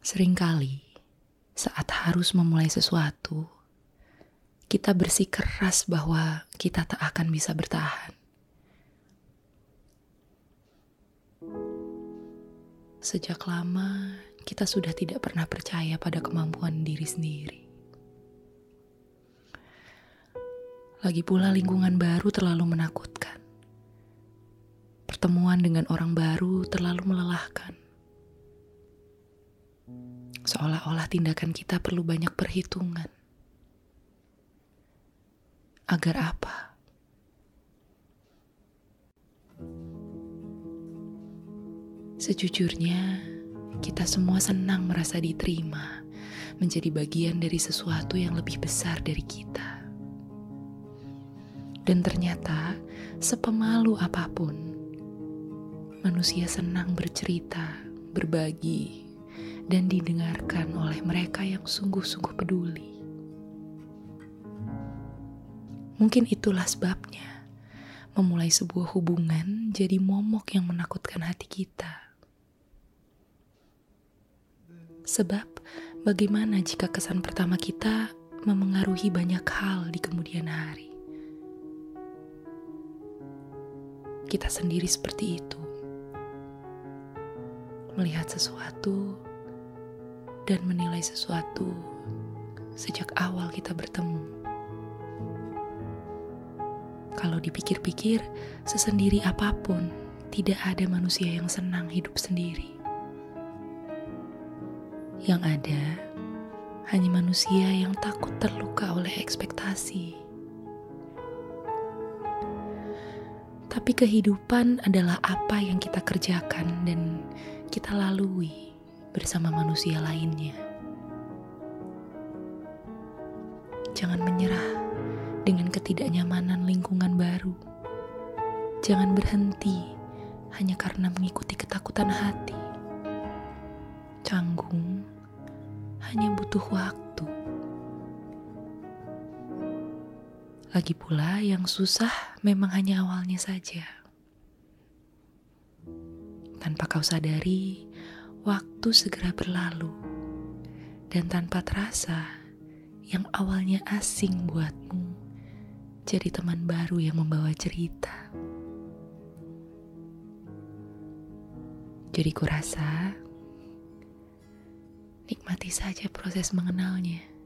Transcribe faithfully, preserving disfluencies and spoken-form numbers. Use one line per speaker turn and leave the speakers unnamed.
Seringkali saat harus memulai sesuatu, kita bersikeras bahwa kita tak akan bisa bertahan. Sejak lama, kita sudah tidak pernah percaya pada kemampuan diri sendiri. Lagi pula lingkungan baru terlalu menakutkan. Pertemuan dengan orang baru terlalu melelahkan. Seolah-olah tindakan kita perlu banyak perhitungan. Agar apa? Sejujurnya, kita semua senang merasa diterima, menjadi bagian dari sesuatu yang lebih besar dari kita. Dan ternyata, sepemalu apapun, manusia senang bercerita, berbagi, dan didengarkan oleh mereka yang sungguh-sungguh peduli. Mungkin itulah sebabnya, memulai sebuah hubungan jadi momok yang menakutkan hati kita. Sebab, bagaimana jika kesan pertama kita memengaruhi banyak hal di kemudian hari? Kita sendiri seperti itu. Melihat sesuatu dan menilai sesuatu sejak awal kita bertemu. Kalau dipikir-pikir, sesendiri apapun, tidak ada manusia yang senang hidup sendiri. Yang ada, hanya manusia yang takut terluka oleh ekspektasi. Tapi kehidupan adalah apa yang kita kerjakan dan kita lalui bersama manusia lainnya. Jangan menyerah dengan ketidaknyamanan lingkungan baru. Jangan berhenti hanya karena mengikuti ketakutan hati. Canggung hanya butuh waktu. Lagi pula yang susah memang hanya awalnya saja. Tanpa kau sadari, waktu segera berlalu. Dan tanpa terasa, yang awalnya asing buatmu, jadi teman baru yang membawa cerita. Jadi kurasa, nikmati saja proses mengenalnya.